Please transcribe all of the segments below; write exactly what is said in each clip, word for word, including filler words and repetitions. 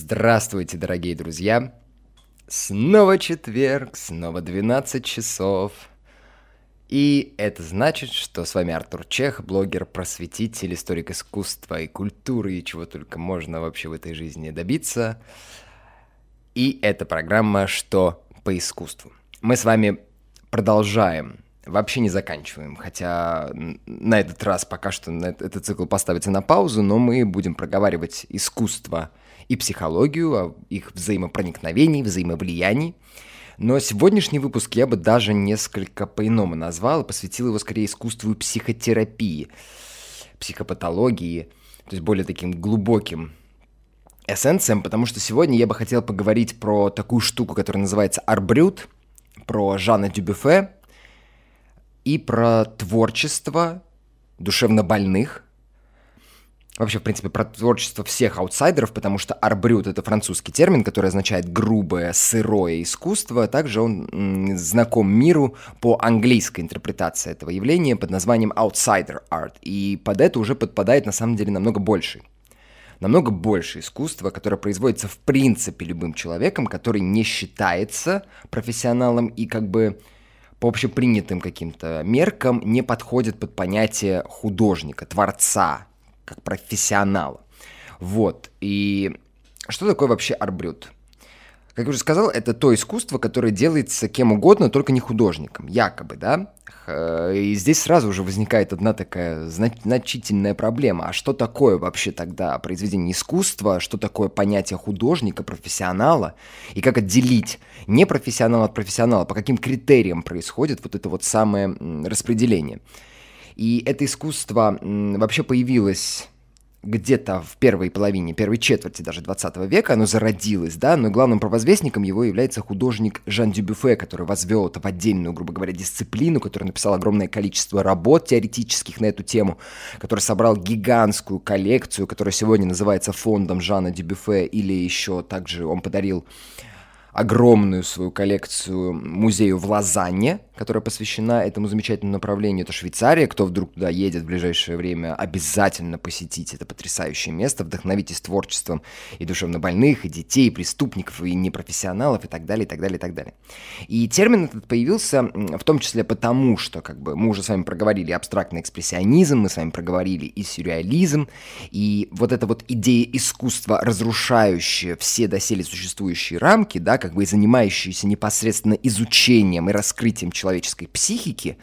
Здравствуйте, дорогие друзья! Снова четверг, снова двенадцать часов. И это значит, что с вами Артур Чех, блогер, просветитель, историк искусства и культуры, и чего только можно вообще в этой жизни добиться. И это программа «Что по искусству?». Мы с вами продолжаем, вообще не заканчиваем, хотя на этот раз пока что этот цикл поставится на паузу, но мы будем проговаривать искусство и психологию, о их взаимопроникновении, взаимовлиянии. Но сегодняшний выпуск я бы даже несколько по-иному назвал и посвятил его скорее искусству и психотерапии, психопатологии, то есть более таким глубоким эссенциям, потому что сегодня я бы хотел поговорить про такую штуку, которая называется арт-брют, про Жана Дюбюффе и про творчество душевнобольных. Вообще, в принципе, про творчество всех аутсайдеров, потому что арт-брют — это французский термин, который означает грубое, сырое искусство. Также он м, знаком миру по английской интерпретации этого явления под названием outsider art. И под это уже подпадает, на самом деле, намного больше. Намного больше искусства, которое производится в принципе любым человеком, который не считается профессионалом и как бы по общепринятым каким-то меркам не подходит под понятие художника, творца, как профессионала. Вот. И что такое вообще арт-брют? Как я уже сказал, это то искусство, которое делается кем угодно, только не художником, якобы, да? И здесь сразу уже возникает одна такая значительная проблема. А что такое вообще тогда произведение искусства? Что такое понятие художника, профессионала? И как отделить непрофессионала от профессионала? По каким критериям происходит вот это вот самое распределение? И это искусство вообще появилось где-то в первой половине, первой четверти даже двадцатого века, оно зародилось, да, но главным провозвестником его является художник Жан Дюбюффе, который возвел это в отдельную, грубо говоря, дисциплину, который написал огромное количество работ теоретических на эту тему, который собрал гигантскую коллекцию, которая сегодня называется фондом Жана Дюбюффе, или еще также он подарил огромную свою коллекцию музею в Лозанне, которая посвящена этому замечательному направлению. Это Швейцария. Кто вдруг туда едет в ближайшее время, обязательно посетить это потрясающее место. Вдохновитесь творчеством и душевнобольных, и детей, и преступников, и непрофессионалов, и так далее, и так далее, и так далее. И термин этот появился в том числе потому, что как бы, мы уже с вами проговорили абстрактный экспрессионизм, мы с вами проговорили и сюрреализм, и вот эта вот идея искусства, разрушающая все доселе существующие рамки, да, как бы и занимающиеся непосредственно изучением и раскрытием человеческой психики,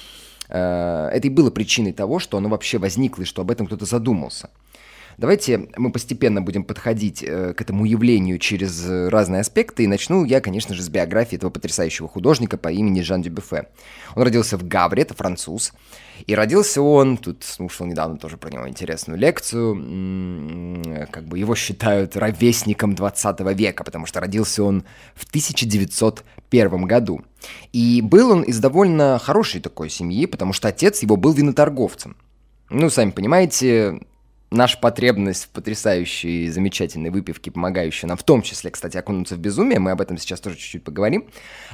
э, это и было причиной того, что оно вообще возникло и что об этом кто-то задумался. Давайте мы постепенно будем подходить э, к этому явлению через разные аспекты, и начну я, конечно же, с биографии этого потрясающего художника по имени Жан Дюбюффе. Он родился в Гавре, это француз, и родился он, тут слушал недавно тоже про него интересную лекцию, м-м, как бы его считают ровесником двадцатого века, потому что родился он в тысяча девятьсот первом году. И был он из довольно хорошей такой семьи, потому что отец его был виноторговцем. Ну, сами понимаете, наша потребность в потрясающей, замечательной выпивке, помогающей нам, в том числе, кстати, окунуться в безумие, мы об этом сейчас тоже чуть-чуть поговорим,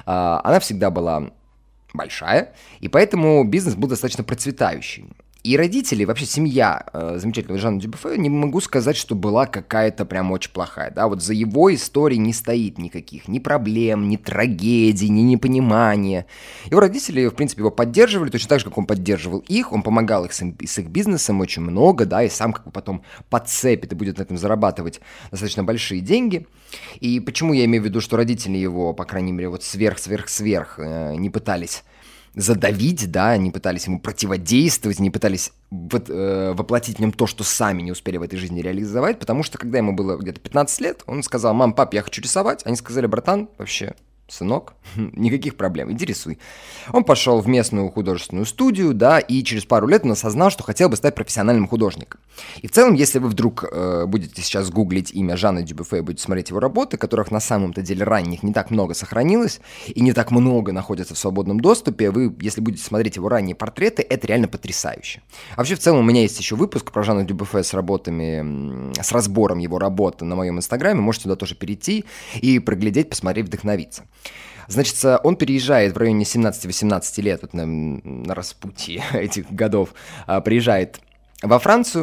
она всегда была большая, и поэтому бизнес был достаточно процветающий. И родители, вообще семья э, замечательного Жана Дюбюффе, не могу сказать, что была какая-то прям очень плохая, да, вот за его историей не стоит никаких ни проблем, ни трагедий, ни непонимания. Его родители, в принципе, его поддерживали, точно так же, как он поддерживал их, он помогал их с, с их бизнесом очень много, да, и сам как бы потом подцепит и будет на этом зарабатывать достаточно большие деньги. И почему я имею в виду, что родители его, по крайней мере, вот сверх-сверх-сверх э, не пытались задавить, да, не пытались ему противодействовать, не пытались вот, э, воплотить в нем то, что сами не успели в этой жизни реализовать, потому что, когда ему было где-то пятнадцать лет, он сказал: мам, пап, я хочу рисовать. Они сказали: братан, вообще, сынок, никаких проблем, иди рисуй. Он пошел в местную художественную студию, да, и через пару лет он осознал, что хотел бы стать профессиональным художником. И в целом, если вы вдруг э, будете сейчас гуглить имя Жана Дюбюффе и будете смотреть его работы, которых на самом-то деле ранних не так много сохранилось, и не так много находятся в свободном доступе, вы, если будете смотреть его ранние портреты, это реально потрясающе. А вообще, в целом, у меня есть еще выпуск про Жана Дюбюффе с работами, с разбором его работы на моем инстаграме, можете туда тоже перейти и проглядеть, посмотреть, вдохновиться. Значит, он переезжает в районе семнадцати-восемнадцати лет, вот на, на распутье этих годов, приезжает во Францию,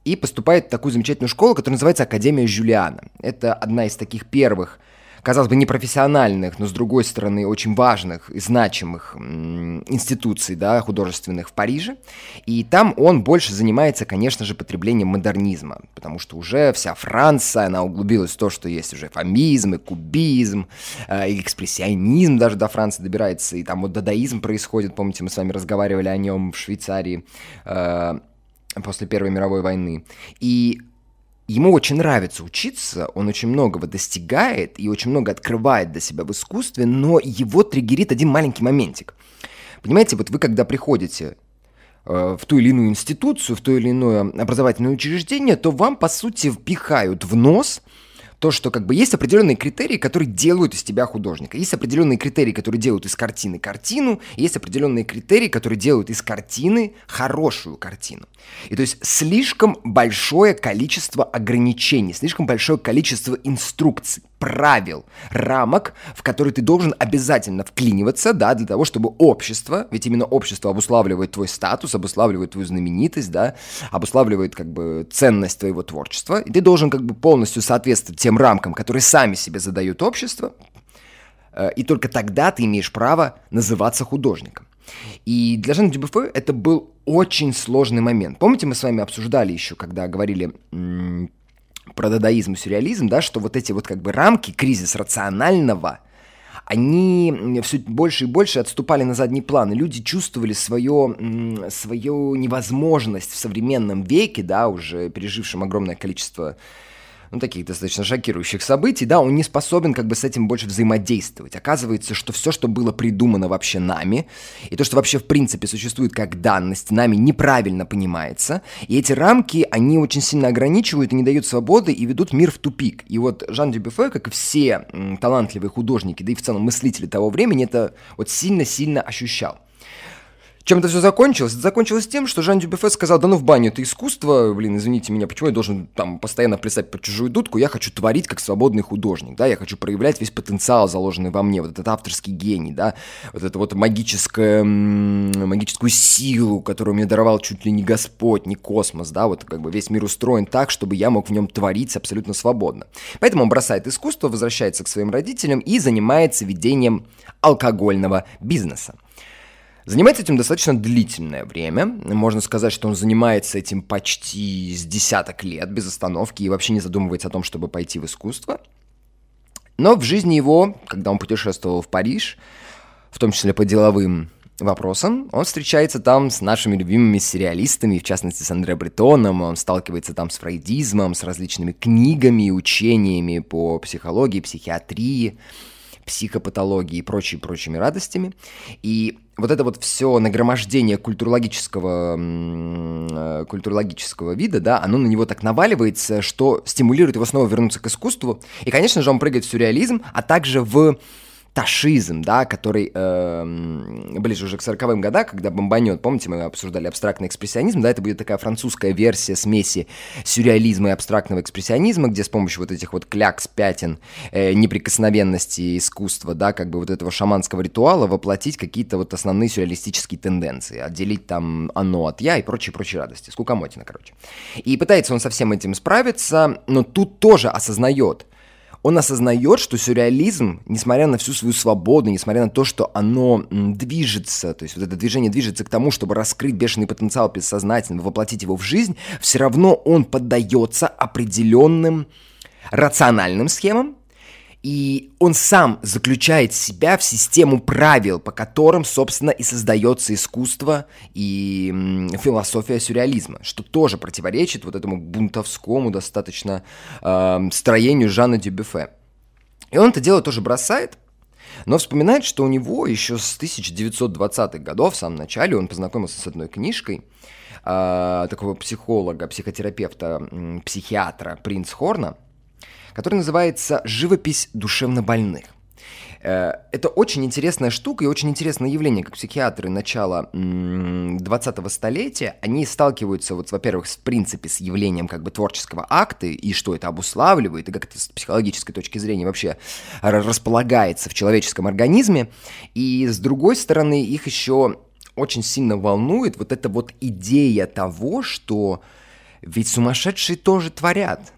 и поступает в такую замечательную школу, которая называется Академия Жюлиана. Это одна из таких первых, казалось бы, непрофессиональных, но, с другой стороны, очень важных и значимых м- институций, да, художественных в Париже. И там он больше занимается, конечно же, потреблением модернизма, потому что уже вся Франция, она углубилась в то, что есть уже фомизм, и кубизм, э, и экспрессионизм даже до Франции добирается, и там вот дадаизм происходит, помните, мы с вами разговаривали о нем в Швейцарии э, после Первой мировой войны. И ему очень нравится учиться, он очень многого достигает и очень много открывает для себя в искусстве, но его триггерит один маленький моментик. Понимаете, вот вы когда приходите э, в ту или иную институцию, в то или иное образовательное учреждение, то вам, по сути, впихают в нос то, что как бы есть определенные критерии, которые делают из тебя художника. Есть определенные критерии, которые делают из картины картину, и есть определенные критерии, которые делают из картины хорошую картину. И то есть слишком большое количество ограничений, слишком большое количество инструкций, правил, рамок, в которые ты должен обязательно вклиниваться, да, для того, чтобы общество, ведь именно общество обуславливает твой статус, обуславливает твою знаменитость, да, обуславливает как бы ценность твоего творчества, и ты должен как бы полностью соответствовать тем рамкам, которые сами себе задают общество, и только тогда ты имеешь право называться художником. И для Жана Дюбуффе это был очень сложный момент. Помните, мы с вами обсуждали еще, когда говорили м- про дадаизм и сюрреализм, да, что вот эти вот как бы рамки, кризис рационального, они все больше и больше отступали на задний план, и люди чувствовали свое, свою невозможность в современном веке, да, уже пережившем огромное количество, ну, таких достаточно шокирующих событий, да, он не способен как бы с этим больше взаимодействовать. Оказывается, что все, что было придумано вообще нами, и то, что вообще в принципе существует как данность, нами неправильно понимается, и эти рамки, они очень сильно ограничивают и не дают свободы, и ведут мир в тупик. И вот Жан Дюбуффе, как и все м, талантливые художники, да и в целом мыслители того времени, это вот сильно-сильно ощущал. Чем это все закончилось? Это закончилось тем, что Жан Дюбуффе сказал: да ну в баню, это искусство, блин, извините меня, почему я должен там постоянно плясать под чужую дудку, я хочу творить как свободный художник, да, я хочу проявлять весь потенциал, заложенный во мне, вот этот авторский гений, да, вот эту вот магическое, магическую силу, которую мне даровал чуть ли не Господь, не космос, да, вот как бы весь мир устроен так, чтобы я мог в нем творить абсолютно свободно. Поэтому он бросает искусство, возвращается к своим родителям и занимается ведением алкогольного бизнеса. Занимается этим достаточно длительное время. Можно сказать, что он занимается этим почти с десяток лет без остановки и вообще не задумывается о том, чтобы пойти в искусство. Но в жизни его, когда он путешествовал в Париж, в том числе по деловым вопросам, он встречается там с нашими любимыми сюрреалистами, в частности с Андре Бретоном, он сталкивается там с фрейдизмом, с различными книгами и учениями по психологии, психиатрии, психопатологии и прочими-прочими радостями. И вот это вот все нагромождение культурологического, культурологического вида, да, оно на него так наваливается, что стимулирует его снова вернуться к искусству. И, конечно же, он прыгает в сюрреализм, а также в ташизм, да, который э, ближе уже к сороковым годам, когда бомбанет, помните, мы обсуждали абстрактный экспрессионизм, да, это будет такая французская версия смеси сюрреализма и абстрактного экспрессионизма, где с помощью вот этих вот клякс, пятен, э, неприкосновенности искусства, да, как бы вот этого шаманского ритуала воплотить какие-то вот основные сюрреалистические тенденции, отделить там оно от я и прочие-прочие радости, скукомотина, короче. И пытается он со всем этим справиться, но тут тоже осознает, он осознает, что сюрреализм, несмотря на всю свою свободу, несмотря на то, что оно движется, то есть вот это движение движется к тому, чтобы раскрыть бешеный потенциал бессознательного, воплотить его в жизнь, все равно он поддается определенным рациональным схемам, и он сам заключает себя в систему правил, по которым, собственно, и создается искусство и м, философия сюрреализма, что тоже противоречит вот этому бунтовскому достаточно э, строению Жана Дюбуффе. И он это дело тоже бросает, но вспоминает, что у него еще с тысяча девятьсот двадцатых годов, в самом начале, он познакомился с одной книжкой э, такого психолога, психотерапевта, э, психиатра Принц Хорна, который называется «Живопись душевнобольных». Это очень интересная штука и очень интересное явление, как психиатры начала двадцатого столетия, они сталкиваются, вот, во-первых, в принципе, с явлением как бы творческого акта, и что это обуславливает, и как это с психологической точки зрения вообще располагается в человеческом организме, и, с другой стороны, их еще очень сильно волнует вот эта вот идея того, что Ведь сумасшедшие тоже творят.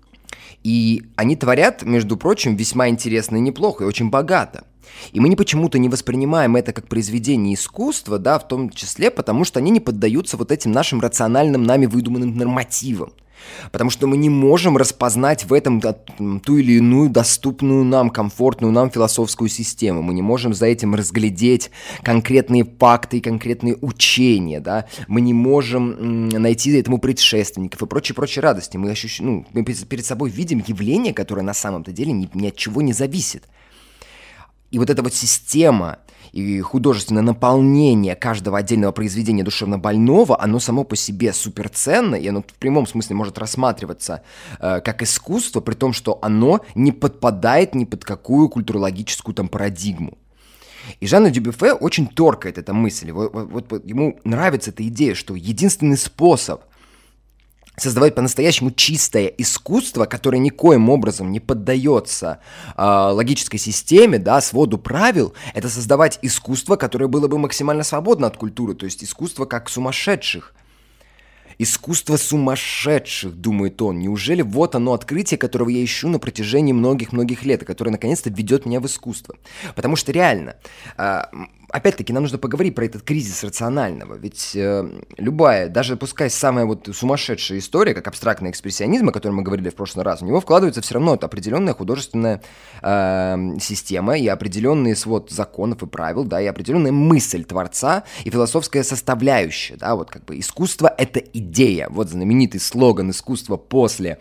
И они творят, между прочим, весьма интересно и неплохо, и очень богато. И мы не почему-то не воспринимаем это как произведение искусства, да, в том числе потому, что они не поддаются вот этим нашим рациональным, нами выдуманным нормативам. Потому что мы не можем распознать в этом ту или иную доступную нам, комфортную нам философскую систему. Мы не можем за этим разглядеть конкретные факты и конкретные учения, да. Мы не можем найти этому предшественников и прочие-прочие радости. Мы, ощущ... ну, мы перед собой видим явление, которое на самом-то деле ни, ни от чего не зависит. И вот эта вот система и художественное наполнение каждого отдельного произведения душевнобольного, оно само по себе суперценно, и оно в прямом смысле может рассматриваться э, как искусство, при том, что оно не подпадает ни под какую культурологическую там парадигму. И Жанна Дюбюффе очень торкает эта мысль. Вот, вот, вот ему нравится эта идея, что единственный способ создавать по-настоящему чистое искусство, которое никоим образом не поддается э, логической системе, да, своду правил, это создавать искусство, которое было бы максимально свободно от культуры, то есть искусство как сумасшедших. Искусство сумасшедших, думает он. Неужели вот оно открытие, которого я ищу на протяжении многих-многих лет, и которое наконец-то ведет меня в искусство? Потому что реально, э, опять-таки, нам нужно поговорить про этот кризис рационального. Ведь э, любая, даже пускай самая вот сумасшедшая история, как абстрактный экспрессионизм, о котором мы говорили в прошлый раз, у него вкладывается все равно определенная художественная э, система и определенный свод законов и правил, да, и определенная мысль творца и философская составляющая, да, вот как бы искусство — это идея. Вот знаменитый слоган искусства после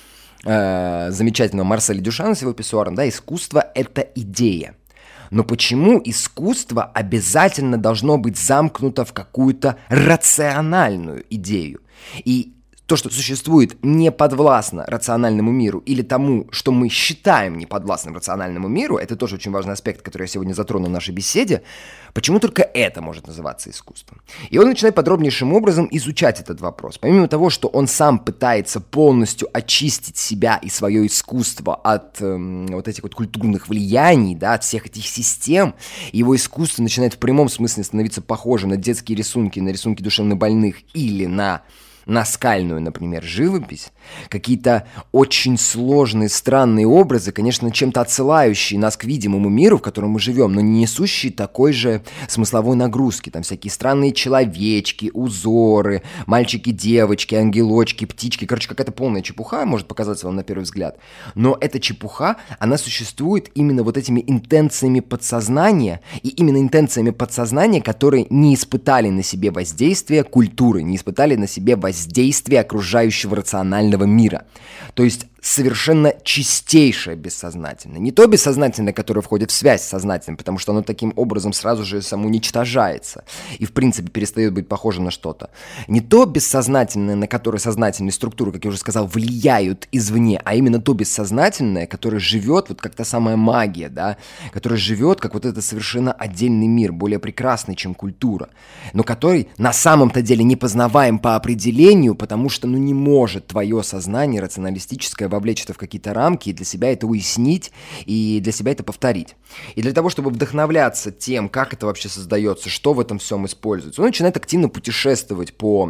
э, замечательного Марселя Дюшана с его писсуаром, да, искусство — это идея. Но почему искусство обязательно должно быть замкнуто в какую-то рациональную идею? И то, что существует не подвластно рациональному миру или тому, что мы считаем неподвластным рациональному миру, это тоже очень важный аспект, который я сегодня затрону в нашей беседе, почему только это может называться искусством? И он начинает подробнейшим образом изучать этот вопрос. Помимо того, что он сам пытается полностью очистить себя и свое искусство от эм, вот этих вот культурных влияний, да, от всех этих систем, его искусство начинает в прямом смысле становиться похожим на детские рисунки, на рисунки душевнобольных или на наскальную, например, живопись, какие-то очень сложные, странные образы, конечно, чем-то отсылающие нас к видимому миру, в котором мы живем, но не несущие такой же смысловой нагрузки. Там всякие странные человечки, узоры, мальчики-девочки, ангелочки, птички. Короче, какая-то полная чепуха, может показаться вам на первый взгляд. Но эта чепуха, она существует именно вот этими интенциями подсознания, и именно интенциями подсознания, которые не испытали на себе воздействия культуры, не испытали на себе воздействия воздействие окружающего рационального мира. То есть совершенно чистейшее бессознательное. Не то бессознательное, которое входит в связь с сознательным, потому что оно таким образом сразу же самоуничтожается и, в принципе, перестает быть похожим на что-то. Не то бессознательное, на которое сознательные структуры, как я уже сказал, влияют извне, а именно то бессознательное, которое живет, вот как та самая магия, да, которое живет, как вот это совершенно отдельный мир, более прекрасный, чем культура, но который на самом-то деле не познаваем по определению, потому что, ну, не может твое сознание рационалистическое вовлечь это в какие-то рамки и для себя это уяснить, и для себя это повторить. И для того, чтобы вдохновляться тем, как это вообще создается, что в этом всем используется, он начинает активно путешествовать по,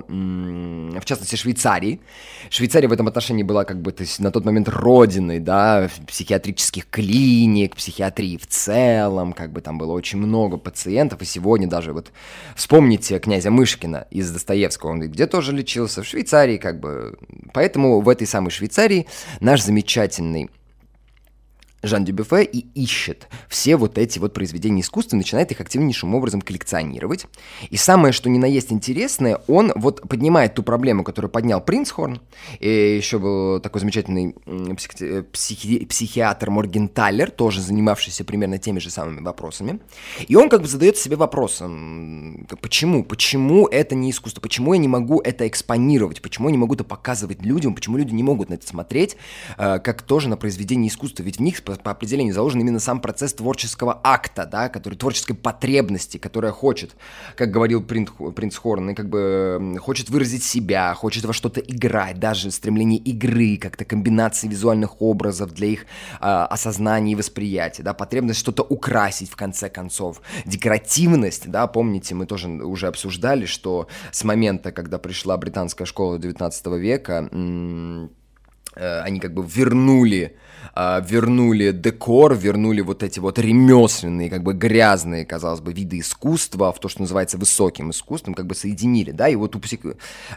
в частности, Швейцарии. Швейцария в этом отношении была как бы, то есть, на тот момент родиной, да, психиатрических клиник, психиатрии в целом, как бы там было очень много пациентов, и сегодня даже вот вспомните князя Мышкина из Достоевского, он где тоже лечился? В Швейцарии, как бы, поэтому в этой самой Швейцарии наш замечательный Жан Дюбюффе и ищет все вот эти вот произведения искусства, начинает их активнейшим образом коллекционировать. И самое, что ни на есть интересное, он вот поднимает ту проблему, которую поднял Принцхорн, и еще был такой замечательный психи- психи- психиатр Моргенталер, тоже занимавшийся примерно теми же самыми вопросами. И он как бы задает себе вопросом, почему? Почему это не искусство? Почему я не могу это экспонировать? Почему я не могу это показывать людям? Почему люди не могут на это смотреть, как тоже на произведение искусства? Ведь в них по, по определению заложен именно сам процесс творческого акта, да, который, творческой потребности, которая хочет, как говорил принц, принц Хорн, и как бы хочет выразить себя, хочет во что-то играть, даже стремление игры, как-то комбинации визуальных образов для их э, осознания и восприятия, да, потребность что-то украсить в конце концов, декоративность, да, помните, мы тоже уже обсуждали, что с момента, когда пришла британская школа девятнадцатого века, м- э, они как бы вернули вернули декор, вернули вот эти вот ремесленные, как бы грязные, казалось бы, виды искусства в то, что называется высоким искусством, как бы соединили, да, и вот у псих...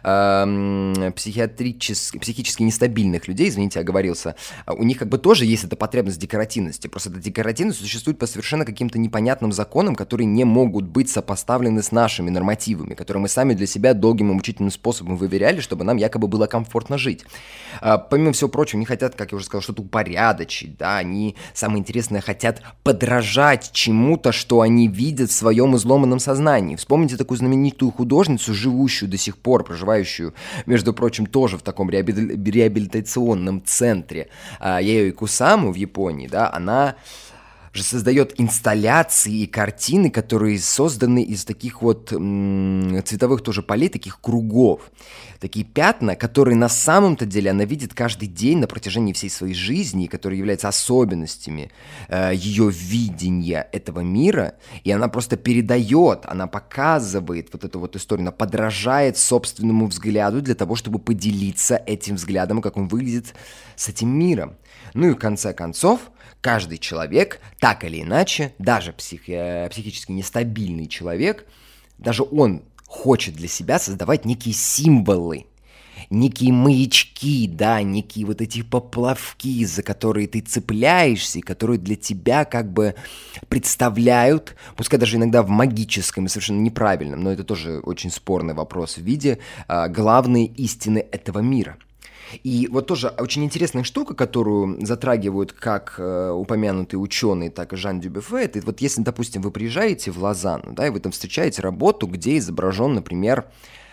э, психиатрически, психически нестабильных людей, извините, оговорился, у них как бы тоже есть эта потребность декоративности, просто эта декоративность существует по совершенно каким-то непонятным законам, которые не могут быть сопоставлены с нашими нормативами, которые мы сами для себя долгим и мучительным способом выверяли, чтобы нам якобы было комфортно жить. А, помимо всего прочего, они хотят, как я уже сказал, что-то упорядочить, да, они, самое интересное, хотят подражать чему-то, что они видят в своем изломанном сознании. Вспомните такую знаменитую художницу, живущую до сих пор, проживающую, между прочим, тоже в таком реабилитационном центре, Яёи Кусаму в Японии, да, она же создает инсталляции и картины, которые созданы из таких вот м- цветовых тоже полей, таких кругов. Такие пятна, которые на самом-то деле она видит каждый день на протяжении всей своей жизни, которые являются особенностями э, ее видения этого мира, и она просто передает, она показывает вот эту вот историю, она подражает собственному взгляду для того, чтобы поделиться этим взглядом, как он выглядит с этим миром. Ну и в конце концов, каждый человек, так или иначе, даже психи- психически нестабильный человек, даже он хочет для себя создавать некие символы, некие маячки, да, некие вот эти поплавки, за которые ты цепляешься, и которые для тебя как бы представляют, пускай даже иногда в магическом и совершенно неправильном, но это тоже очень спорный вопрос в виде а, главной истины этого мира. И вот тоже очень интересная штука, которую затрагивают как э, упомянутые ученые, так и Жан Дюбюффе, это вот если, допустим, вы приезжаете в Лозанну, да, и вы там встречаете работу, где изображен, например,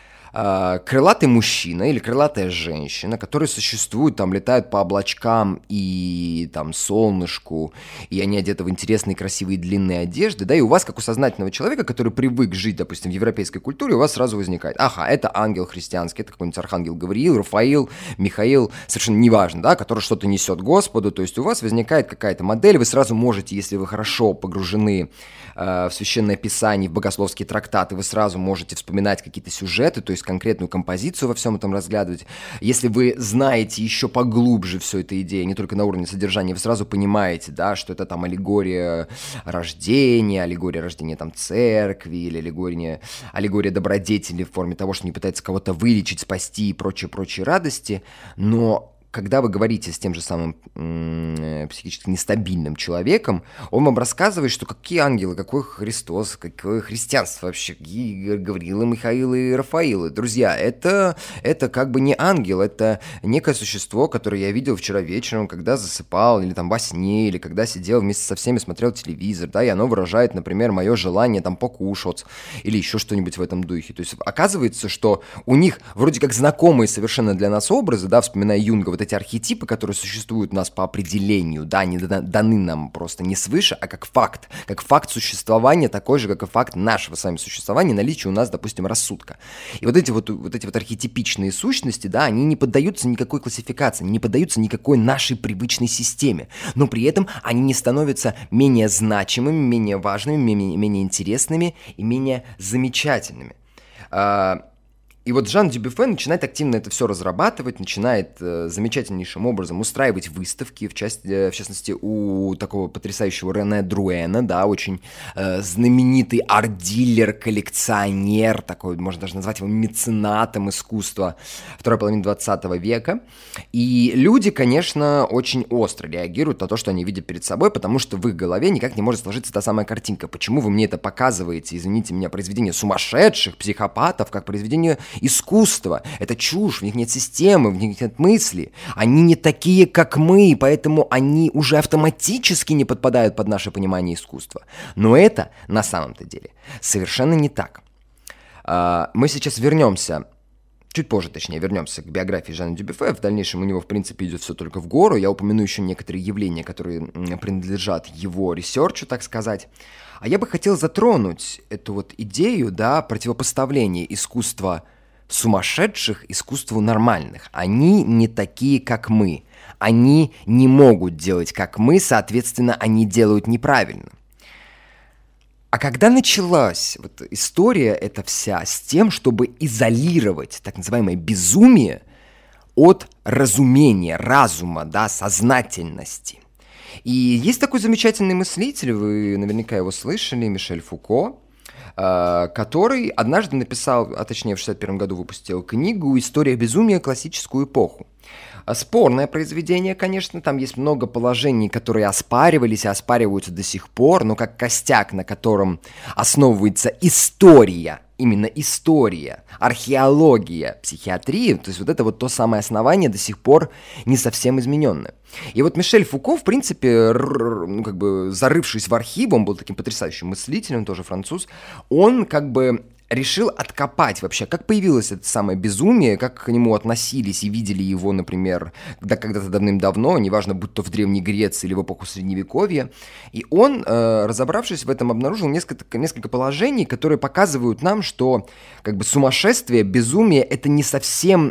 э, крылатый мужчина или крылатая женщина, которые существуют, там летают по облачкам и там солнышку, и они одеты в интересные, красивые, длинные одежды, да, и у вас, как у сознательного человека, который привык жить, допустим, в европейской культуре, у вас сразу возникает, ага, это ангел христианский, это какой-нибудь архангел Гавриил, Рафаил, Михаил, совершенно неважно, да, который что-то несет Господу, то есть у вас возникает какая-то модель, вы сразу можете, если вы хорошо погружены э, в Священное Писание, в богословские трактаты, вы сразу можете вспоминать какие-то сюжеты, то есть конкретную композицию во всем этом разглядывать. Если вы знаете еще поглубже всю эту идею, не только на уровне содержания, вы сразу понимаете, да, что это там аллегория рождения, аллегория рождения там церкви, или аллегория, аллегория добродетели в форме того, что не пытается кого-то вылечить, спасти и прочие-прочие радости, но когда вы говорите с тем же самым м- психически нестабильным человеком, он вам рассказывает, что какие ангелы, какой Христос, какое христианство вообще, какие Гавриилы, Михаилы и Рафаилы. Друзья, это, это как бы не ангел, это некое существо, которое я видел вчера вечером, когда засыпал, или там во сне, или когда сидел вместе со всеми, смотрел телевизор, да, и оно выражает, например, мое желание там покушать, или еще что-нибудь в этом духе. То есть оказывается, что у них вроде как знакомые совершенно для нас образы, да, вспоминая Юнга, вот эти архетипы, которые существуют у нас по определению, да, они даны нам просто не свыше, а как факт, как факт существования, такой же, как и факт нашего с вами существования, наличия у нас, допустим, рассудка. И вот эти вот, вот эти вот архетипичные сущности, да, они не поддаются никакой классификации, они не поддаются никакой нашей привычной системе, но при этом они не становятся менее значимыми, менее важными, менее, менее интересными и менее замечательными. И вот Жан Дюбюффе начинает активно это все разрабатывать, начинает э, замечательнейшим образом устраивать выставки, в, части, э, в частности, у такого потрясающего Рене Друэна, да, очень э, знаменитый арт-дилер, коллекционер, такой, можно даже назвать его меценатом искусства второй половины двадцатого века. И люди, конечно, очень остро реагируют на то, что они видят перед собой, потому что в их голове никак не может сложиться та самая картинка. Почему вы мне это показываете, извините меня, произведение сумасшедших, психопатов, как произведение искусство, это чушь, в них нет системы, в них нет мысли, они не такие, как мы, поэтому они уже автоматически не подпадают под наше понимание искусства. Но это на самом-то деле совершенно не так. Мы сейчас вернемся Чуть позже, точнее, вернемся к биографии Жана Дюбюффе. В дальнейшем у него, в принципе, идет все только в гору. Я упомяну еще некоторые явления, которые принадлежат его ресерчу, так сказать. А я бы хотел затронуть эту вот идею, да, противопоставления искусства сумасшедших искусству нормальных. Они не такие, как мы. Они не могут делать, как мы, соответственно, они делают неправильно. А когда началась вот история эта вся с тем, чтобы изолировать так называемое безумие от разумения, разума, да, сознательности. И есть такой замечательный мыслитель, вы наверняка его слышали, Мишель Фуко, который однажды написал, а точнее в шестьдесят первом году выпустил книгу «История безумия. Классическую эпоху». Спорное произведение, конечно, там есть много положений, которые оспаривались и оспариваются до сих пор, но как костяк, на котором основывается история, именно история, археология, психиатрия, то есть вот это вот то самое основание до сих пор не совсем измененное. И вот Мишель Фуко, в принципе, ну, как бы зарывшись в архив, он был таким потрясающим мыслителем, тоже француз, он как бы решил откопать вообще, как появилось это самое безумие, как к нему относились и видели его, например, когда когда-то давным-давно, неважно, будь то в Древней Греции или в эпоху Средневековья. И он, э, разобравшись в этом, обнаружил несколько, несколько положений, которые показывают нам, что как бы сумасшествие, безумие — это не совсем...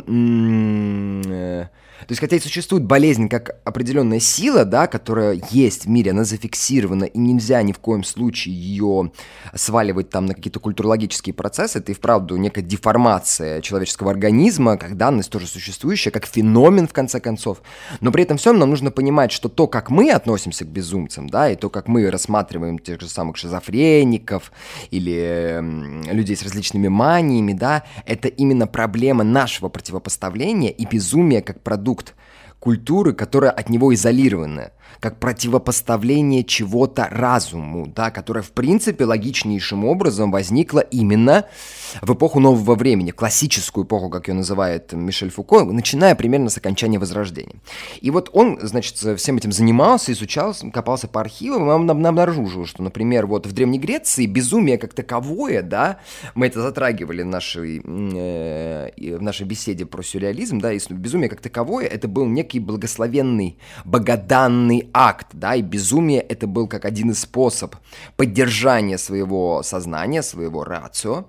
М- э, То есть, хотя и существует болезнь как определенная сила, да, которая есть в мире, она зафиксирована, и нельзя ни в коем случае ее сваливать там на какие-то культурологические процессы, это и вправду некая деформация человеческого организма, как данность тоже существующая, как феномен, в конце концов. Но при этом всем нам нужно понимать, что то, как мы относимся к безумцам, да, и то, как мы рассматриваем тех же самых шизофреников или э, людей с различными маниями, да, это именно проблема нашего противопоставления и безумия как продукт культуры, которая от него изолирована, как противопоставление чего-то разуму, да, которое, в принципе, логичнейшим образом возникло именно в эпоху нового времени, классическую эпоху, как ее называет Мишель Фуко, начиная примерно с окончания Возрождения. И вот он, значит, всем этим занимался, изучал, копался по архивам, и он обнаружил, что, например, вот в Древней Греции безумие как таковое, да, мы это затрагивали в нашей, э, в нашей беседе про сюрреализм, да, и безумие как таковое, это был некий благословенный, богоданный акт, да, и безумие — это был как один из способов поддержания своего сознания, своего рацио,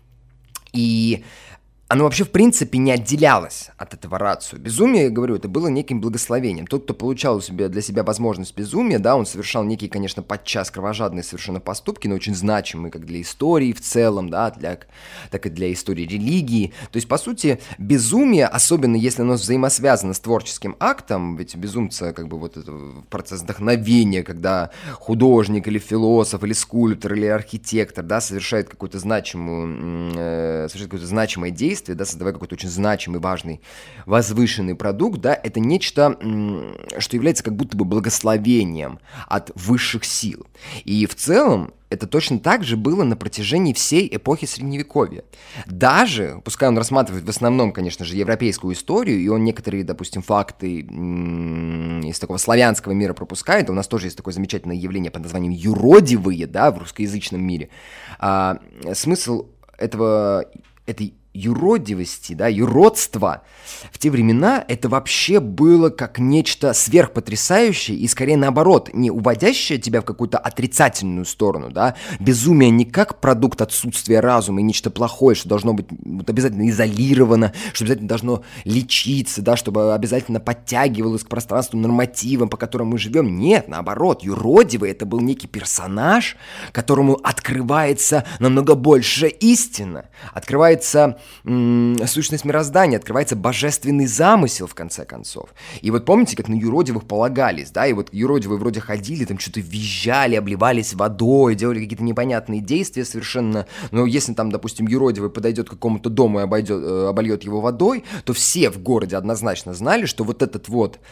и оно вообще, в принципе, не отделялось от этого рацио. Безумие, я говорю, это было неким благословением. Тот, кто получал у себя, для себя возможность безумия, да, он совершал некие, конечно, подчас кровожадные совершенно поступки, но очень значимые как для истории в целом, да, для, так и для истории религии. То есть, по сути, безумие, особенно если оно взаимосвязано с творческим актом, ведь безумца, как бы вот это процесс вдохновения, когда художник или философ, или скульптор, или архитектор, да, совершает какую-то значимую, э, совершает какое-то значимое действие, да, создавая какой-то очень значимый, важный, возвышенный продукт, да, это нечто, что является как будто бы благословением от высших сил. И в целом это точно так же было на протяжении всей эпохи Средневековья. Даже, пускай он рассматривает в основном, конечно же, европейскую историю, и он некоторые, допустим, факты из такого славянского мира пропускает, у нас тоже есть такое замечательное явление под названием юродивые, да, в русскоязычном мире. А, смысл этого, этой юродивости, да, юродства в те времена это вообще было как нечто сверхпотрясающее и скорее наоборот, не уводящее тебя в какую-то отрицательную сторону, да, безумие не как продукт отсутствия разума и нечто плохое, что должно быть вот, обязательно изолировано, что обязательно должно лечиться, да, чтобы обязательно подтягивалось к пространству нормативам, по которым мы живем. Нет, наоборот, юродивый это был некий персонаж, которому открывается намного больше истина, открывается сущность мироздания, открывается божественный замысел, в конце концов. И вот помните, как на юродивых полагались, да, и вот юродивые вроде ходили, там что-то визжали, обливались водой, делали какие-то непонятные действия совершенно, но если там, допустим, юродивый подойдет к какому-то дому и обойдет, обольет его водой, то все в городе однозначно знали, что вот этот вот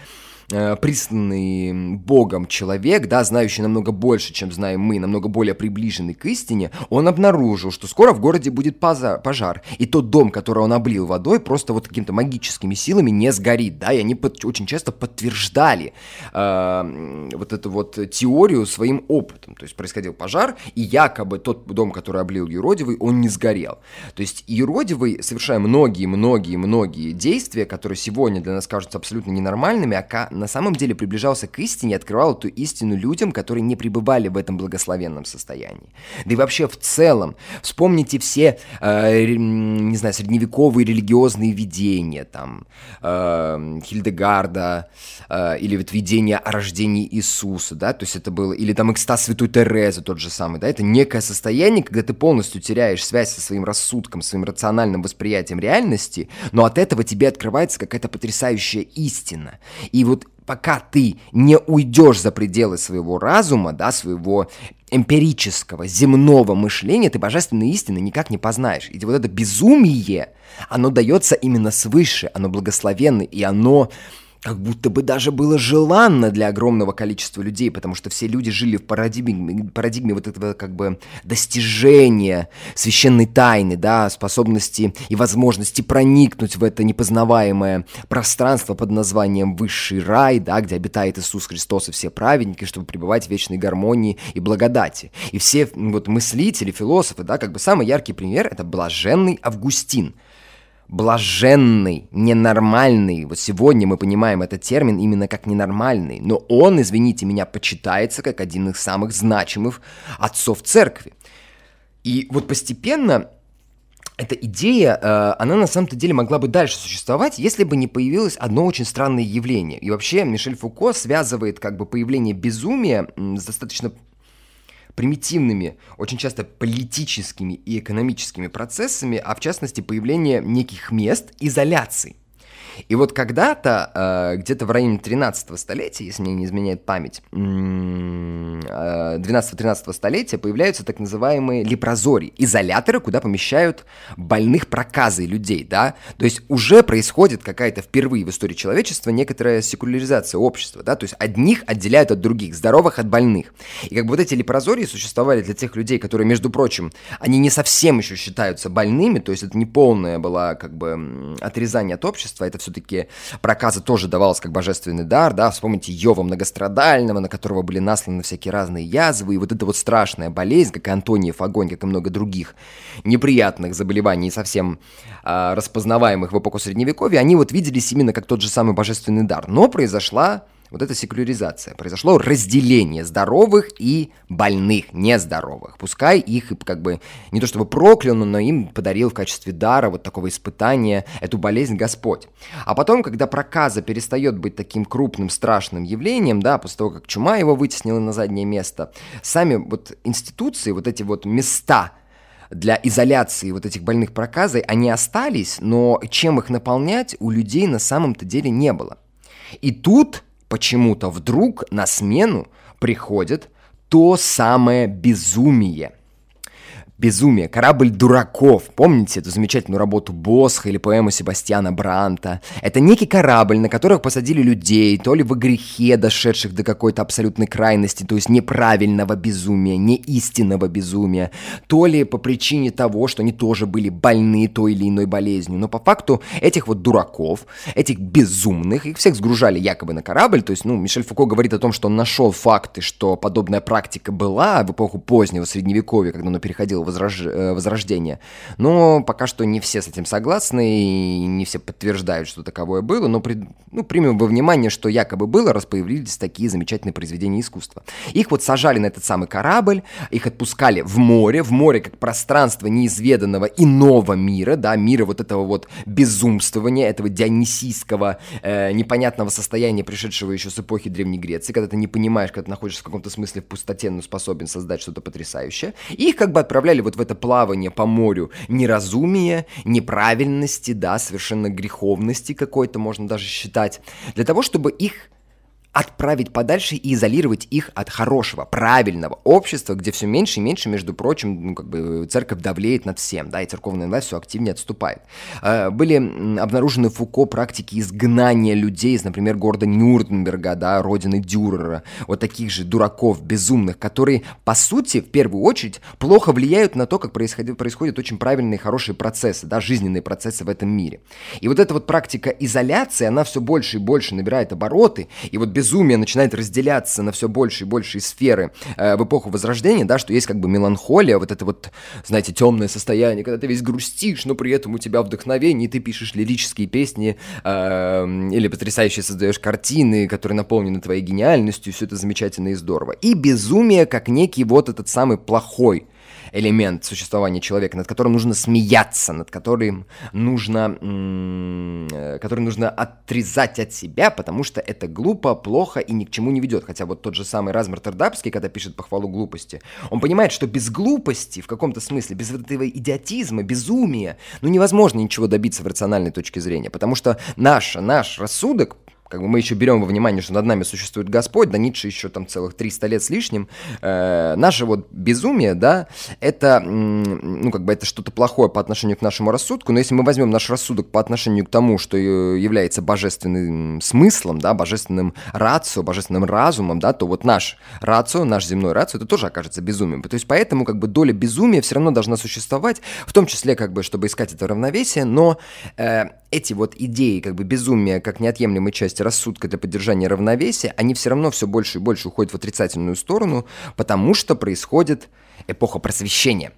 э, присланный Богом человек, да, знающий намного больше, чем знаем мы, намного более приближенный к истине, он обнаружил, что скоро в городе будет пожар, пожар, и тот дом, который он облил водой, просто вот какими-то магическими силами не сгорит, да, и они под, очень часто подтверждали э, вот эту вот теорию своим опытом, то есть происходил пожар, и якобы тот дом, который облил юродивый, он не сгорел. То есть юродивый, совершая многие-многие-многие действия, которые сегодня для нас кажутся абсолютно ненормальными, а на самом деле приближался к истине, открывал эту истину людям, которые не пребывали в этом благословенном состоянии. Да и вообще в целом, вспомните все, э, не знаю, средневековые религиозные видения, там, э, Хильдегарда, э, или вот видение о рождении Иисуса, да, то есть это было, или там экстаз Святой Терезы тот же самый, да, это некое состояние, когда ты полностью теряешь связь со своим рассудком, своим рациональным восприятием реальности, но от этого тебе открывается какая-то потрясающая истина. И вот пока ты не уйдешь за пределы своего разума, да, своего эмпирического, земного мышления, ты божественной истины никак не познаешь. И вот это безумие, оно дается именно свыше, оно благословенно, и оно как будто бы даже было желанно для огромного количества людей, потому что все люди жили в парадигме, парадигме вот этого как бы достижения священной тайны, да, способности и возможности проникнуть в это непознаваемое пространство под названием Высший рай, да, где обитает Иисус Христос и все праведники, чтобы пребывать в вечной гармонии и благодати. И все вот мыслители, философы, да, как бы самый яркий пример — это блаженный Августин. Блаженный, ненормальный. Вот сегодня мы понимаем этот термин именно как ненормальный, но он, извините меня, почитается как один из самых значимых отцов церкви. И вот постепенно эта идея, э, она на самом-то деле могла бы дальше существовать, если бы не появилось одно очень странное явление. И вообще Мишель Фуко связывает как бы появление безумия с достаточно примитивными, очень часто политическими и экономическими процессами, а в частности появление неких мест изоляции. И вот когда-то, э, где-то в районе тринадцатого столетия, если мне не изменяет память, двенадцатого-тринадцатого столетия появляются так называемые лепрозории, изоляторы, куда помещают больных проказой людей, да, то есть уже происходит какая-то впервые в истории человечества некоторая секуляризация общества, да, то есть одних отделяют от других, здоровых от больных. И как бы вот эти лепрозории существовали для тех людей, которые, между прочим, они не совсем еще считаются больными, то есть это не полное было как бы отрезание от общества, это все-таки проказа тоже давалась как божественный дар, да, вспомните Йова многострадального, на которого были насланы всякие разные язвы, и вот эта вот страшная болезнь, как и Антониев огонь, как и много других неприятных заболеваний, совсем а, распознаваемых в эпоху Средневековья, они вот виделись именно как тот же самый божественный дар, но произошла вот эта секуляризация, произошло разделение здоровых и больных, нездоровых. Пускай их как бы не то чтобы проклял, но им подарил в качестве дара вот такого испытания эту болезнь Господь. А потом, когда проказа перестает быть таким крупным, страшным явлением, да, после того, как чума его вытеснила на заднее место, сами вот институции, вот эти вот места для изоляции вот этих больных проказой, они остались, но чем их наполнять у людей на самом-то деле не было. И тут почему-то вдруг на смену приходит то самое безумие. Безумие, корабль дураков. Помните эту замечательную работу Босха или поэму Себастьяна Бранта? Это некий корабль, на которых посадили людей, то ли во грехе, дошедших до какой-то абсолютной крайности, то есть неправильного безумия, неистинного безумия, то ли по причине того, что они тоже были больны той или иной болезнью. Но по факту этих вот дураков, этих безумных, их всех сгружали якобы на корабль. То есть, ну, Мишель Фуко говорит о том, что он нашел факты, что подобная практика была в эпоху позднего Средневековья, когда оно переходило в возрождение. Но пока что не все с этим согласны, и не все подтверждают, что таковое было, но при, ну, примем во внимание, что якобы было, раз появились такие замечательные произведения искусства. Их вот сажали на этот самый корабль, их отпускали в море, в море как пространство неизведанного иного мира, да, мира вот этого вот безумствования, этого дионисийского э, непонятного состояния, пришедшего еще с эпохи Древней Греции, когда ты не понимаешь, когда ты находишься в каком-то смысле в пустоте, но способен создать что-то потрясающее. И их как бы отправляли вот в это плавание по морю неразумия, неправильности, да, совершенно греховности какой-то, можно даже считать, для того, чтобы их отправить подальше и изолировать их от хорошего, правильного общества, где все меньше и меньше, между прочим, ну, как бы церковь давлеет над всем, да, и церковная власть все активнее отступает. Были обнаружены Фуко практики изгнания людей из, например, города Нюрнберга, да, родины Дюрера, вот таких же дураков, безумных, которые, по сути, в первую очередь, плохо влияют на то, как происходят, происходят очень правильные, хорошие процессы, да, жизненные процессы в этом мире. И вот эта вот практика изоляции, она все больше и больше набирает обороты, и вот безумие начинает разделяться на все больше и большие сферы э, в эпоху Возрождения, да, что есть как бы меланхолия, вот это вот, знаете, темное состояние, когда ты весь грустишь, но при этом у тебя вдохновение, и ты пишешь лирические песни э, или потрясающе создаешь картины, которые наполнены твоей гениальностью, все это замечательно и здорово. И безумие как некий вот этот самый плохой элемент существования человека, над которым нужно смеяться, над которым нужно, м- который нужно отрезать от себя, потому что это глупо, плохо и ни к чему не ведет. Хотя вот тот же самый Размер Тердапский, когда пишет похвалу глупости, он понимает, что без глупости, в каком-то смысле, без вот этого идиотизма, безумия, ну невозможно ничего добиться в рациональной точке зрения, потому что наш, наш рассудок, как бы мы еще берем во внимание, что над нами существует Господь, да Ницше еще там целых триста лет с лишним, э, наше вот безумие, да, это, ну, как бы это что-то плохое по отношению к нашему рассудку, но если мы возьмем наш рассудок по отношению к тому, что является божественным смыслом, да, божественным рацио, божественным разумом, да, то вот наш рацио, наш земной рацио, это тоже окажется безумием. То есть поэтому как бы доля безумия все равно должна существовать, в том числе как бы, чтобы искать это равновесие, но э, эти вот идеи как бы безумия как неотъемлемой части рассудка для поддержания равновесия, они все равно все больше и больше уходят в отрицательную сторону, потому что происходит эпоха просвещения.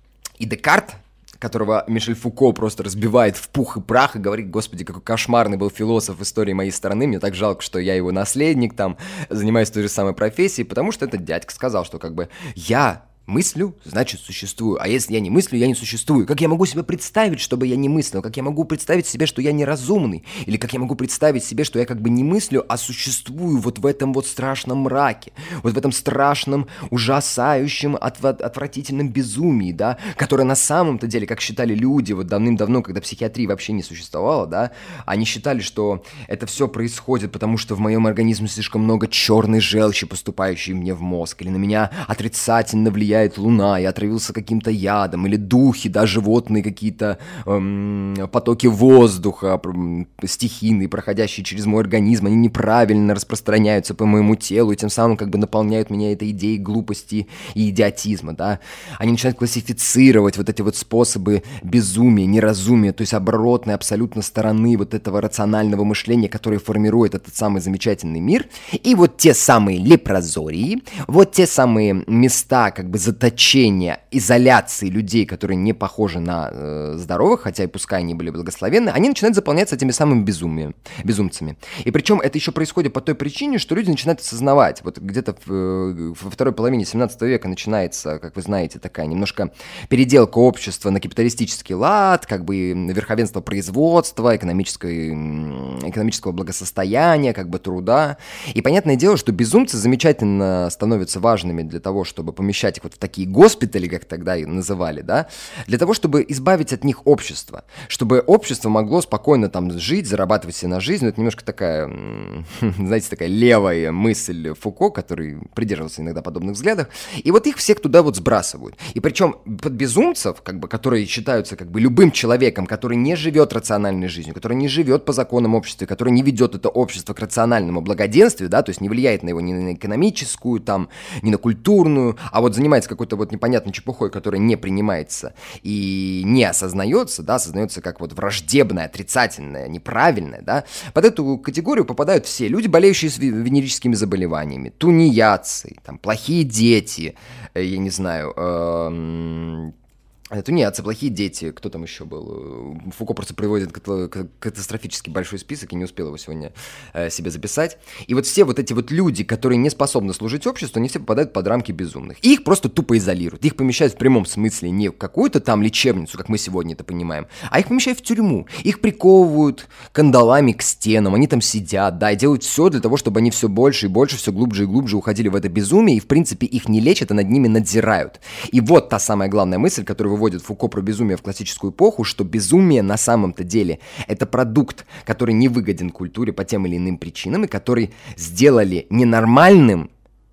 И Декарт, которого Мишель Фуко просто разбивает в пух и прах и говорит: господи, какой кошмарный был философ в истории моей страны, мне так жалко, что я его наследник, там, занимаюсь той же самой профессией, потому что этот дядька сказал, что как бы я мыслю, значит существую, а если я не мыслю, я не существую. Как я могу себе представить, чтобы я не мыслил? Как я могу представить себе, что я неразумный? Или как я могу представить себе, что я как бы не мыслю, а существую вот в этом вот страшном мраке, вот в этом страшном, ужасающем, отв- отвратительном безумии, да, которое на самом-то деле, как считали люди вот давным-давно, когда психиатрии вообще не существовало, да, они считали, что это все происходит, потому что в моем организме слишком много черной желчи, поступающей мне в мозг, или на меня отрицательно влияет луна, я отравился каким-то ядом, или духи, да, животные какие-то эм, потоки воздуха, стихийные, проходящие через мой организм, они неправильно распространяются по моему телу, и тем самым как бы наполняют меня этой идеей глупости и идиотизма, да. Они начинают классифицировать вот эти вот способы безумия, неразумия, то есть оборотной абсолютно стороны вот этого рационального мышления, которое формирует этот самый замечательный мир, и вот те самые лепрозории, вот те самые места, как бы заточения, изоляции людей, которые не похожи на э, здоровых, хотя и пускай они были благословенны, они начинают заполняться этими самыми безумием, безумцами. И причем это еще происходит по той причине, что люди начинают осознавать, вот где-то в, э, во второй половине семнадцатого века начинается, как вы знаете, такая немножко переделка общества на капиталистический лад, как бы верховенство производства, экономического благосостояния, как бы труда. И понятное дело, что безумцы замечательно становятся важными для того, чтобы помещать их вот в такие госпитали, как тогда и называли, да, для того, чтобы избавить от них общество, чтобы общество могло спокойно там жить, зарабатывать себе на жизнь. Ну, это немножко такая, знаете, такая левая мысль Фуко, который придерживался иногда подобных взглядов, и вот их всех туда вот сбрасывают. И причем под безумцев, как бы, которые считаются как бы любым человеком, который не живет рациональной жизнью, который не живет по законам общества, который не ведет это общество к рациональному благоденствию, да, то есть не влияет на его ни на экономическую, там, ни на культурную, а вот занимается какой-то вот непонятной чепухой, которая не принимается и не осознается, да, осознается как вот враждебное, отрицательное, неправильное, да, под эту категорию попадают все люди, болеющие с венерическими заболеваниями, тунеядцы, там, плохие дети, я не знаю, эм... тунеядцы, плохие дети, кто там еще был? Фуко просто приводит катастрофически большой список, и не успел его сегодня э, себе записать. И вот все вот эти вот люди, которые не способны служить обществу, они все попадают под рамки безумных. И их просто тупо изолируют. Их помещают в прямом смысле не в какую-то там лечебницу, как мы сегодня это понимаем, а их помещают в тюрьму. Их приковывают кандалами к стенам, они там сидят, да, и делают все для того, чтобы они все больше и больше, все глубже и глубже уходили в это безумие, и в принципе их не лечат, а над ними надзирают. И вот та самая главная мысль, которую выводит Фуко про безумие в классическую эпоху, что безумие на самом-то деле это продукт, который не выгоден культуре по тем или иным причинам, и который сделали ненормальным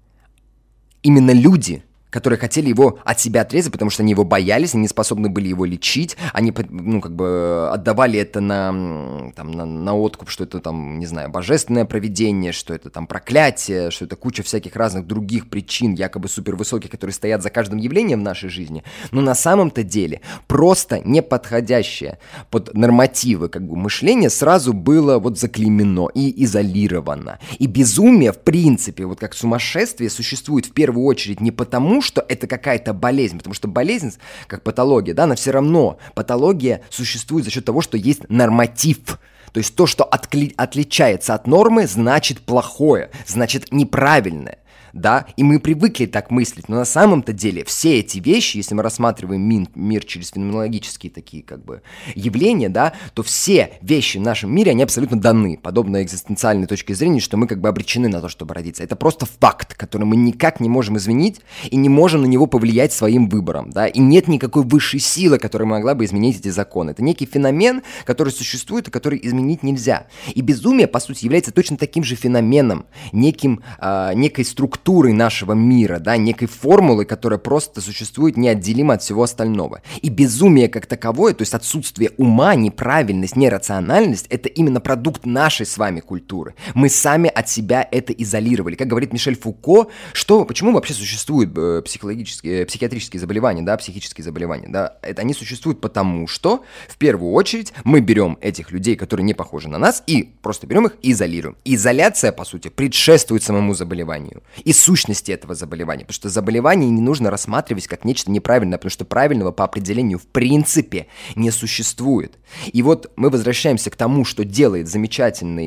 именно люди, которые хотели его от себя отрезать, потому что они его боялись, они не способны были его лечить, они, ну, как бы отдавали это на, там, на, на откуп, что это, там, не знаю, божественное провидение, что это, там, проклятие, что это куча всяких разных других причин, якобы супервысоких, которые стоят за каждым явлением в нашей жизни, но на самом-то деле просто неподходящее под нормативы, как бы, мышление сразу было вот заклеймено и изолировано. И безумие, в принципе, вот как сумасшествие, существует в первую очередь не потому, что это какая-то болезнь, потому что болезнь, как патология, да, она все равно, патология существует за счет того, что есть норматив. То есть то, что откли- отличается от нормы, значит плохое, значит неправильное. Да, и мы привыкли так мыслить, но на самом-то деле все эти вещи, если мы рассматриваем мин, мир через феноменологические такие как бы явления, да, то все вещи в нашем мире, они абсолютно даны, подобно экзистенциальной точке зрения, что мы как бы обречены на то, чтобы родиться. Это просто факт, который мы никак не можем изменить и не можем на него повлиять своим выбором, да, и нет никакой высшей силы, которая могла бы изменить эти законы. Это некий феномен, который существует и который изменить нельзя. И безумие, по сути, является точно таким же феноменом, неким, э, некой структурой нашего мира, да, некой формулы, которая просто существует неотделимо от всего остального. И безумие как таковое, то есть отсутствие ума, неправильность, нерациональность, это именно продукт нашей с вами культуры. Мы сами от себя это изолировали. Как говорит Мишель Фуко, что, почему вообще существуют э, психологические, э, психиатрические заболевания, да, психические заболевания, да, это они существуют потому, что в первую очередь мы берем этих людей, которые не похожи на нас, и просто берем их и изолируем. Изоляция, по сути, предшествует самому заболеванию и сущности этого заболевания, потому что заболевание не нужно рассматривать как нечто неправильное, потому что правильного по определению в принципе не существует. И вот мы возвращаемся к тому, что делает замечательный,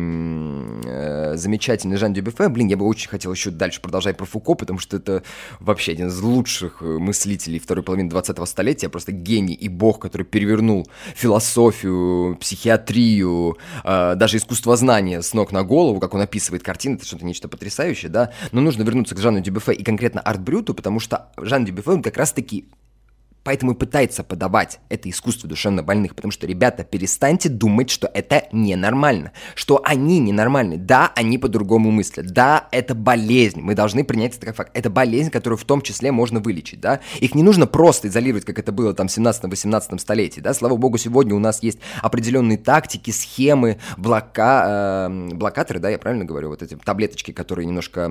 м- э, замечательный Жан Дюбюффе. Блин, я бы очень хотел еще дальше продолжать про Фуко, потому что это вообще один из лучших мыслителей второй половины двадцатого столетия, просто гений и бог, который перевернул философию, психиатрию, э, даже искусствознание с ног на голову, как он описывает картины, это что-то нечто потрясающее, да. Но нужно вернуться к Жану Дюбюффе и конкретно Арт-Брюту, потому что Жан Дюбюффе, он как раз-таки поэтому и пытается подавать это искусство душевно больных, потому что, ребята, перестаньте думать, что это ненормально, что они ненормальны. Да, они по-другому мыслят. Да, это болезнь. Мы должны принять это как факт. Это болезнь, которую в том числе можно вылечить, да. Их не нужно просто изолировать, как это было там в семнадцатом-восемнадцатом столетии, да. Слава богу, сегодня у нас есть определенные тактики, схемы, блока, э, блокаторы, да, я правильно говорю, вот эти таблеточки, которые немножко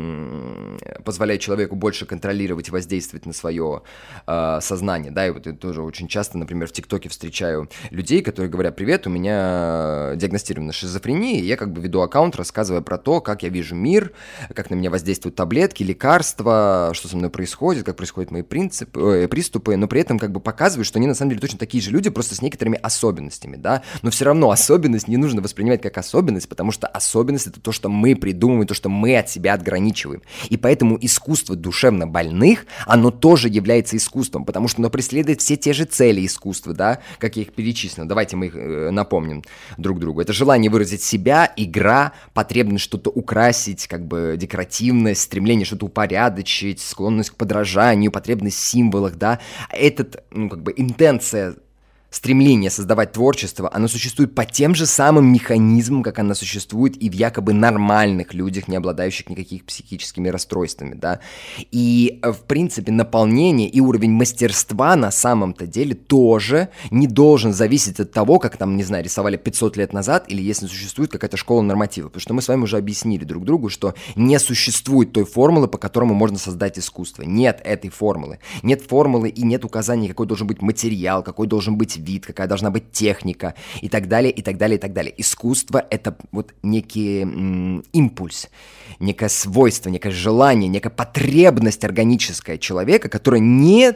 м- позволяют человеку больше контролировать и воздействовать на свое э, сознание. Да, и вот я тоже очень часто, например, в ТикТоке встречаю людей, которые говорят: привет, у меня диагностирована шизофрения, и я как бы веду аккаунт, рассказывая про то, как я вижу мир, как на меня воздействуют таблетки, лекарства, что со мной происходит, как происходят мои принципы, э, приступы, но при этом как бы показываю, что они на самом деле точно такие же люди, просто с некоторыми особенностями, да, но все равно особенность не нужно воспринимать как особенность, потому что особенность — это то, что мы придумываем, то, что мы от себя отграничиваем, и поэтому искусство душевно больных, оно тоже является искусством, потому что оно преследует все те же цели искусства, да, как я их перечислил. Давайте мы их э, напомним друг другу. Это желание выразить себя, игра, потребность что-то украсить, как бы декоративность, стремление что-то упорядочить, склонность к подражанию, потребность в символах, да. Этот, ну, как бы интенция, стремление создавать творчество, оно существует по тем же самым механизмам, как оно существует и в якобы нормальных людях, не обладающих никаких психическими расстройствами, да. И, в принципе, наполнение и уровень мастерства на самом-то деле тоже не должен зависеть от того, как там, не знаю, рисовали пятьсот лет назад, или если существует какая-то школа норматива. Потому что мы с вами уже объяснили друг другу, что не существует той формулы, по которому можно создать искусство. Нет этой формулы. Нет формулы и нет указаний, какой должен быть материал, какой должен быть вид, какая должна быть техника и так далее, и так далее, и так далее. Искусство — это вот некий м- импульс, некое свойство, некое желание, некая потребность органическая человека, которая не...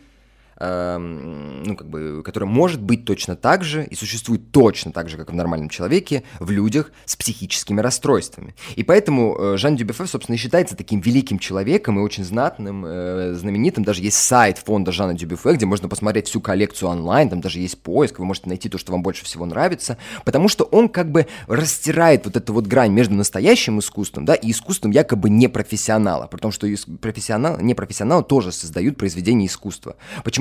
ну, как бы, которая может быть точно так же и существует точно так же, как в нормальном человеке, в людях с психическими расстройствами. И поэтому Жан Дюбюффе, собственно, и считается таким великим человеком и очень знатным, э, знаменитым. Даже есть сайт фонда Жана Дюбюффе, где можно посмотреть всю коллекцию онлайн, там даже есть поиск, вы можете найти то, что вам больше всего нравится, потому что он как бы растирает вот эту вот грань между настоящим искусством, да, и искусством якобы непрофессионала, при том, что профессионал, непрофессионалы тоже создают произведения искусства. Почему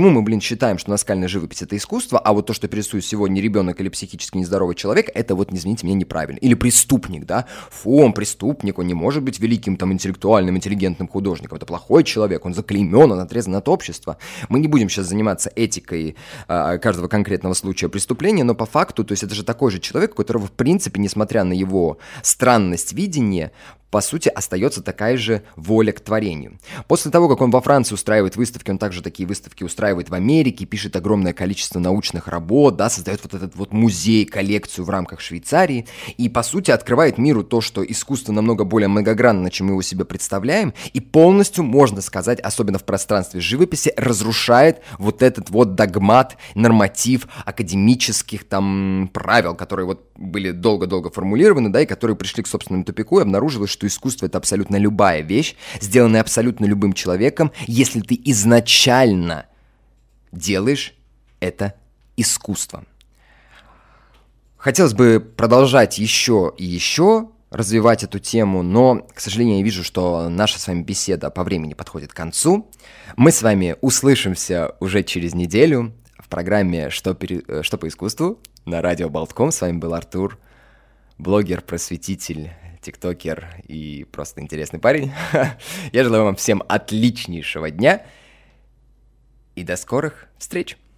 почему мы, блин, считаем, что наскальная живопись — это искусство, а вот то, что рисует сегодня ребенок или психически нездоровый человек, это вот, извините меня, неправильно. Или преступник, да? Фу, он преступник, он не может быть великим, там, интеллектуальным, интеллигентным художником. Это плохой человек, он заклеймен, он отрезан от общества. Мы не будем сейчас заниматься этикой а, каждого конкретного случая преступления, но по факту, то есть это же такой же человек, у которого, в принципе, несмотря на его странность видения, по сути, остается такая же воля к творению. После того, как он во Франции устраивает выставки, он также такие выставки устраивает в Америке, пишет огромное количество научных работ, да, создает вот этот вот музей, коллекцию в рамках Швейцарии, и, по сути, открывает миру то, что искусство намного более многогранно, чем мы его себе представляем, и полностью, можно сказать, особенно в пространстве живописи, разрушает вот этот вот догмат, норматив академических там правил, которые вот были долго-долго формулированы, да, и которые пришли к собственному тупику, и обнаружилось, что искусство — это абсолютно любая вещь, сделанная абсолютно любым человеком, если ты изначально делаешь это искусством. Хотелось бы продолжать еще и еще развивать эту тему, но, к сожалению, я вижу, что наша с вами беседа по времени подходит к концу. Мы с вами услышимся уже через неделю в программе «Что, пере... Что по искусству» на радио Болтком. С вами был Артур, блогер, просветитель, тиктокер и просто интересный парень. Я желаю вам всем отличнейшего дня и до скорых встреч!